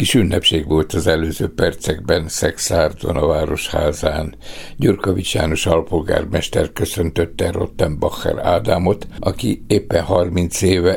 Kis ünnepség volt az előző percekben Szexárdon a Városházán. Gyurkovics János alpolgármester köszöntötte Rottenbacher Ádámot, aki éppen 30 éve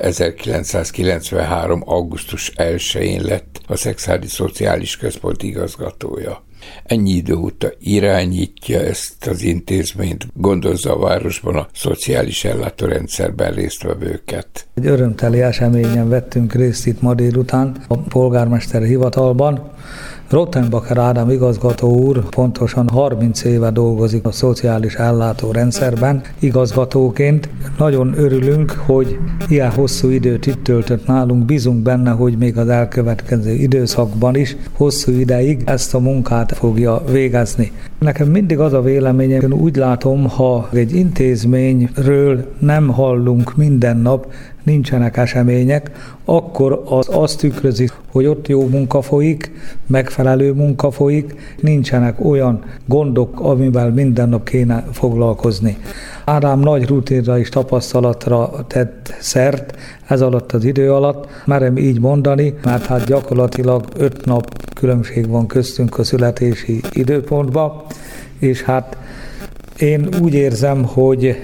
1993. augusztus 1-én lett a Szexárdi Szociális Központ igazgatója. Ennyi idő óta irányítja ezt az intézményt, gondozza a városban a szociális ellátórendszerben résztvevőket. Egy örömteli eseményen vettünk részt itt ma délután a polgármesteri hivatalban. Rottenbacher Ádám igazgató úr pontosan 30 éve dolgozik a szociális ellátórendszerben igazgatóként. Nagyon örülünk, hogy ilyen hosszú időt itt töltött nálunk, bízunk benne, hogy még az elkövetkező időszakban is hosszú ideig ezt a munkát fogja végezni. Nekem mindig az a véleményem, úgy látom, ha egy intézményről nem hallunk minden nap, nincsenek események, akkor az azt tükrözi, hogy ott jó munka folyik, megfelelő munka folyik, nincsenek olyan gondok, amivel minden nap kéne foglalkozni. Ádám nagy rutinra és tapasztalatra tett szert ez alatt az idő alatt, merem így mondani, mert hát gyakorlatilag 5 nap különbség van köztünk a születési időpontban, és hát én úgy érzem, hogy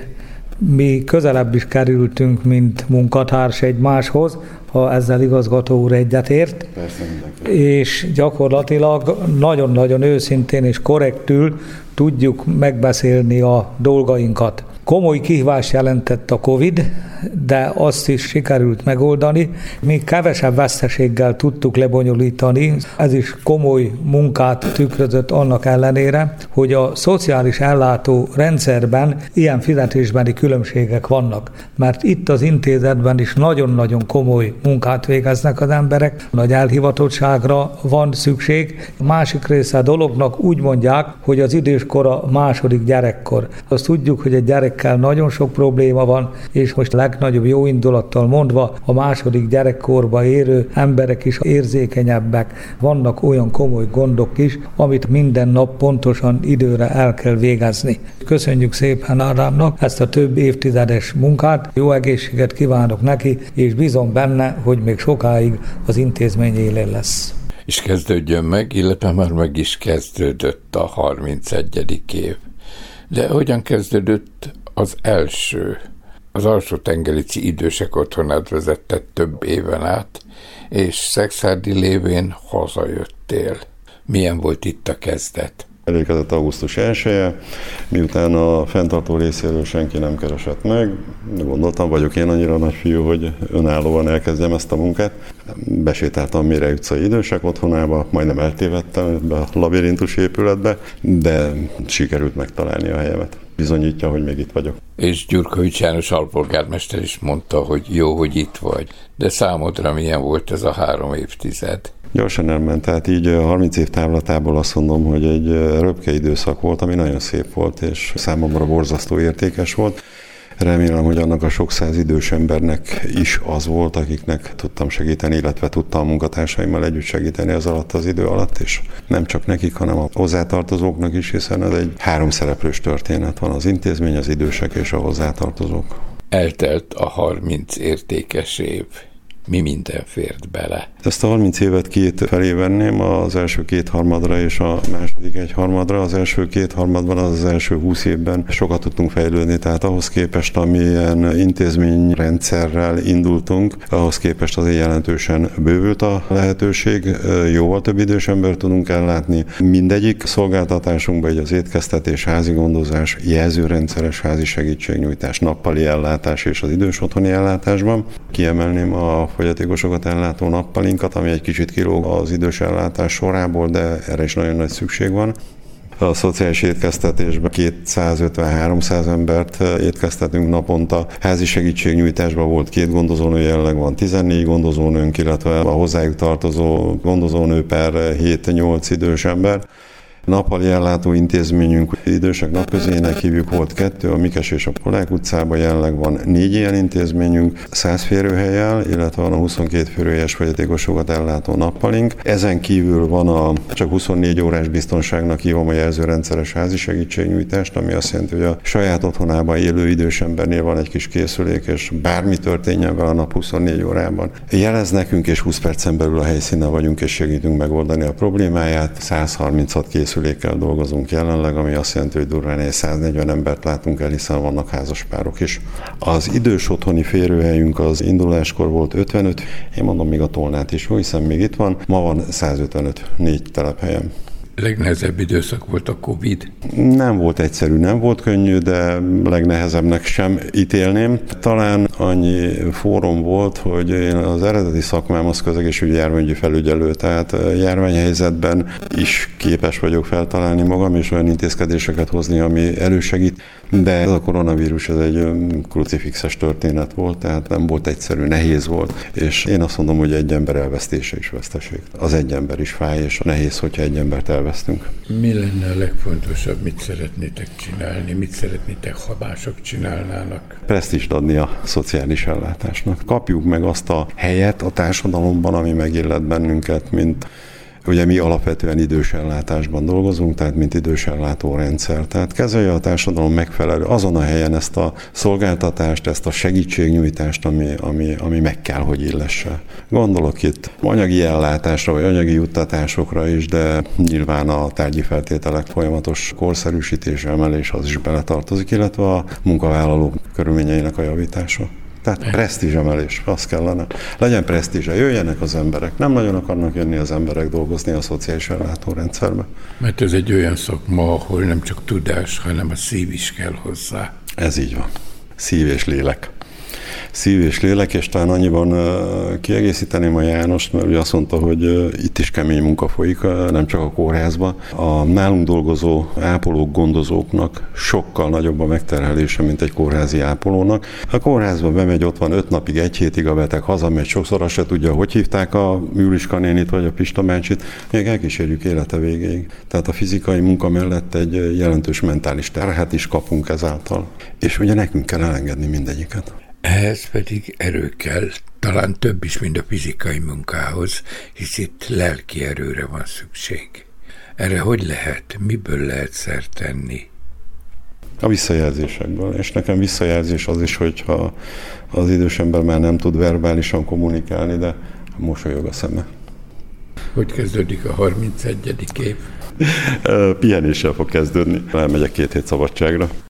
mi közelebb is kerültünk, mint munkatárs egymáshoz, ha ezzel igazgató úr egyetért. Persze, és gyakorlatilag nagyon-nagyon őszintén és korrektül tudjuk megbeszélni a dolgainkat. Komoly kihívást jelentett a Covid, de azt is sikerült megoldani. Mi kevesebb veszteséggel tudtuk lebonyolítani. Ez is komoly munkát tükrözött annak ellenére, hogy a szociális ellátó rendszerben ilyen fizetésbeni különbségek vannak. Mert itt az intézetben is nagyon-nagyon komoly munkát végeznek az emberek. Nagy elhivatottságra van szükség. A másik része a dolognak úgy mondják, hogy az időskor a második gyerekkor. Azt tudjuk, hogy egy gyerekkel nagyon sok probléma van, és most legnagyobb jó indulattal mondva, a második gyerekkorba érő emberek is érzékenyebbek. Vannak olyan komoly gondok is, amit minden nap pontosan időre el kell végezni. Köszönjük szépen Ádámnak ezt a több évtizedes munkát, jó egészséget kívánok neki, és bízom benne, hogy még sokáig az intézmény élén lesz. És kezdődjön meg, illetve már meg is kezdődött a 31. év. De hogyan kezdődött az első? Az Alsó-Tengerici Idősek Otthonát vezetted több éven át, és Szexárdi lévén hazajöttél. Milyen volt itt a kezdet? Elérkezett augusztus 1-e, miután a fenntartó részéről senki nem keresett meg, gondoltam, vagyok én annyira nagy fiú, hogy önállóan elkezdjem ezt a munkát. Besétáltam Mérey utcai Idősek Otthonába, majdnem eltévedtem ebbe a labirintus épületbe, de sikerült megtalálni a helyemet. Bizonyítja, hogy még itt vagyok. És Gyurkovics János alpolgármester is mondta, hogy jó, hogy itt vagy. De számodra milyen volt ez a 3 évtized? Gyorsan elment, tehát így 30 év távlatából azt mondom, hogy egy röpke időszak volt, ami nagyon szép volt, és számomra borzasztó értékes volt. Remélem, hogy annak a sok száz idős embernek is az volt, akiknek tudtam segíteni, illetve tudtam a munkatársaimmal együtt segíteni az alatt az idő alatt, és nem csak nekik, hanem a hozzátartozóknak is, hiszen ez egy 3 szereplős történet van, az intézmény, az idősek és a hozzátartozók. Eltelt a 30 értékes év. Mi minden fért bele? Ezt a 30 évet 2 felé venném, az első 2/3 és a második 1/3. Az első 2/3 az első 20 évben sokat tudtunk fejlődni, tehát ahhoz képest, amilyen intézményrendszerrel indultunk, ahhoz képest azért jelentősen bővült a lehetőség, jóval több idős ember tudunk ellátni. Mindegyik szolgáltatásunkban, így az étkeztetés, házi gondozás, jelzőrendszeres házi segítségnyújtás, nappali ellátás és az idős otthoni ellátásban. Kiemelném a fogyatékosokat ellátó nappalinkat, ami egy kicsit kilóg az idős ellátás sorából, de erre is nagyon nagy szükség van. A szociális étkeztetésben 250-300 embert étkeztetünk naponta. Házi segítségnyújtásban volt 2 gondozónő, jelenleg van 14 gondozónőnk, illetve a hozzájuk tartozó gondozónő per 7-8 idős ember. Nappali ellátó intézményünk idősek napközének hívjuk, volt 2, a Mikes és a Polák utcában, jelenleg van 4 ilyen intézményünk, 100 férőhellyel, illetve van a 22 férőhelyes fogyatékosokat ellátó nappalink. Ezen kívül van csak 24 órás biztonságnak hívom a jelzőrendszeres házi segítségnyújtást, ami azt jelenti, hogy a saját otthonában élő idős embernél van egy kis készülék, és bármi történjen vele a nap 24 órában. Jelez nekünk, és 20 percen belül a helyszínen vagyunk, és segítünk megoldani a problémáját. 136 készülékkel dolgozunk jelenleg, ami azt jelenti, hogy durván 140 embert látunk el, hiszen vannak házaspárok is. Az idős otthoni férőhelyünk az induláskor volt 55, én mondom még a Tolnát is, hiszen még itt van, ma van 155, 4 telephelyen. Legnehezebb időszak volt a Covid? Nem volt egyszerű, nem volt könnyű, de legnehezebbnek sem ítélném. Talán annyi fórum volt, hogy én az eredeti szakmám az közegészségügyi járványügyi felügyelő, tehát járványhelyzetben is képes vagyok feltalálni magam, és olyan intézkedéseket hozni, ami elősegít, de ez a koronavírus ez egy krucifixes történet volt, tehát nem volt egyszerű, nehéz volt, és én azt mondom, hogy egy ember elvesztése is veszteség. Az egy ember is fáj, és nehéz, hogyha egy embert elvesztünk. Mi lenne a legfontosabb, mit szeretnétek csinálni, mit szeretnétek, ha mások csinálnának? Presztízst adni a szociális ellátásnak. Kapjuk meg azt a helyet a társadalomban, ami megillet bennünket, mint ugye mi alapvetően idős ellátásban dolgozunk, tehát mint idős ellátórendszer. Tehát kezelje a társadalom megfelelő azon a helyen ezt a szolgáltatást, ezt a segítségnyújtást, ami meg kell, hogy illesse. Gondolok itt anyagi ellátásra, vagy anyagi juttatásokra is, de nyilván a tárgyi feltételek folyamatos korszerűsítése, emelés az is beletartozik, illetve a munkavállalók körülményeinek a javítása. Tehát presztízsemelés, az kellene. Legyen presztízse, jöjjenek az emberek. Nem nagyon akarnak jönni az emberek dolgozni a szociális ellátórendszerbe. Mert ez egy olyan szakma, ahol nem csak tudás, hanem a szív is kell hozzá. Ez így van. Szív és lélek. Szív és lélek, és talán annyiban kiegészíteném a Jánost, mert ő azt mondta, hogy itt is kemény munka folyik, nem csak a kórházban. A nálunk dolgozó ápolók, gondozóknak sokkal nagyobb a megterhelése, mint egy kórházi ápolónak. A kórházba bemegy, ott van 5 napig, 1 hétig a beteg, hazamegy, sokszor azt se tudja, hogy hívták a Műliska nénit vagy a Pista bácsit, még elkísérjük élete végéig. Tehát a fizikai munka mellett egy jelentős mentális terhet is kapunk ezáltal. És ugye nekünk kell elengedni mindegyiket. Ehhez pedig erő kell, talán több is, mint a fizikai munkához, hisz itt lelki erőre van szükség. Erre hogy lehet, miből lehet szert tenni? A visszajelzésekből. És nekem visszajelzés az is, hogyha az idős ember már nem tud verbálisan kommunikálni, de mosolyog a szeme. Hogy kezdődik a 31. év? Pihenéssel fog kezdődni. Elmegyek 2 hét szabadságra.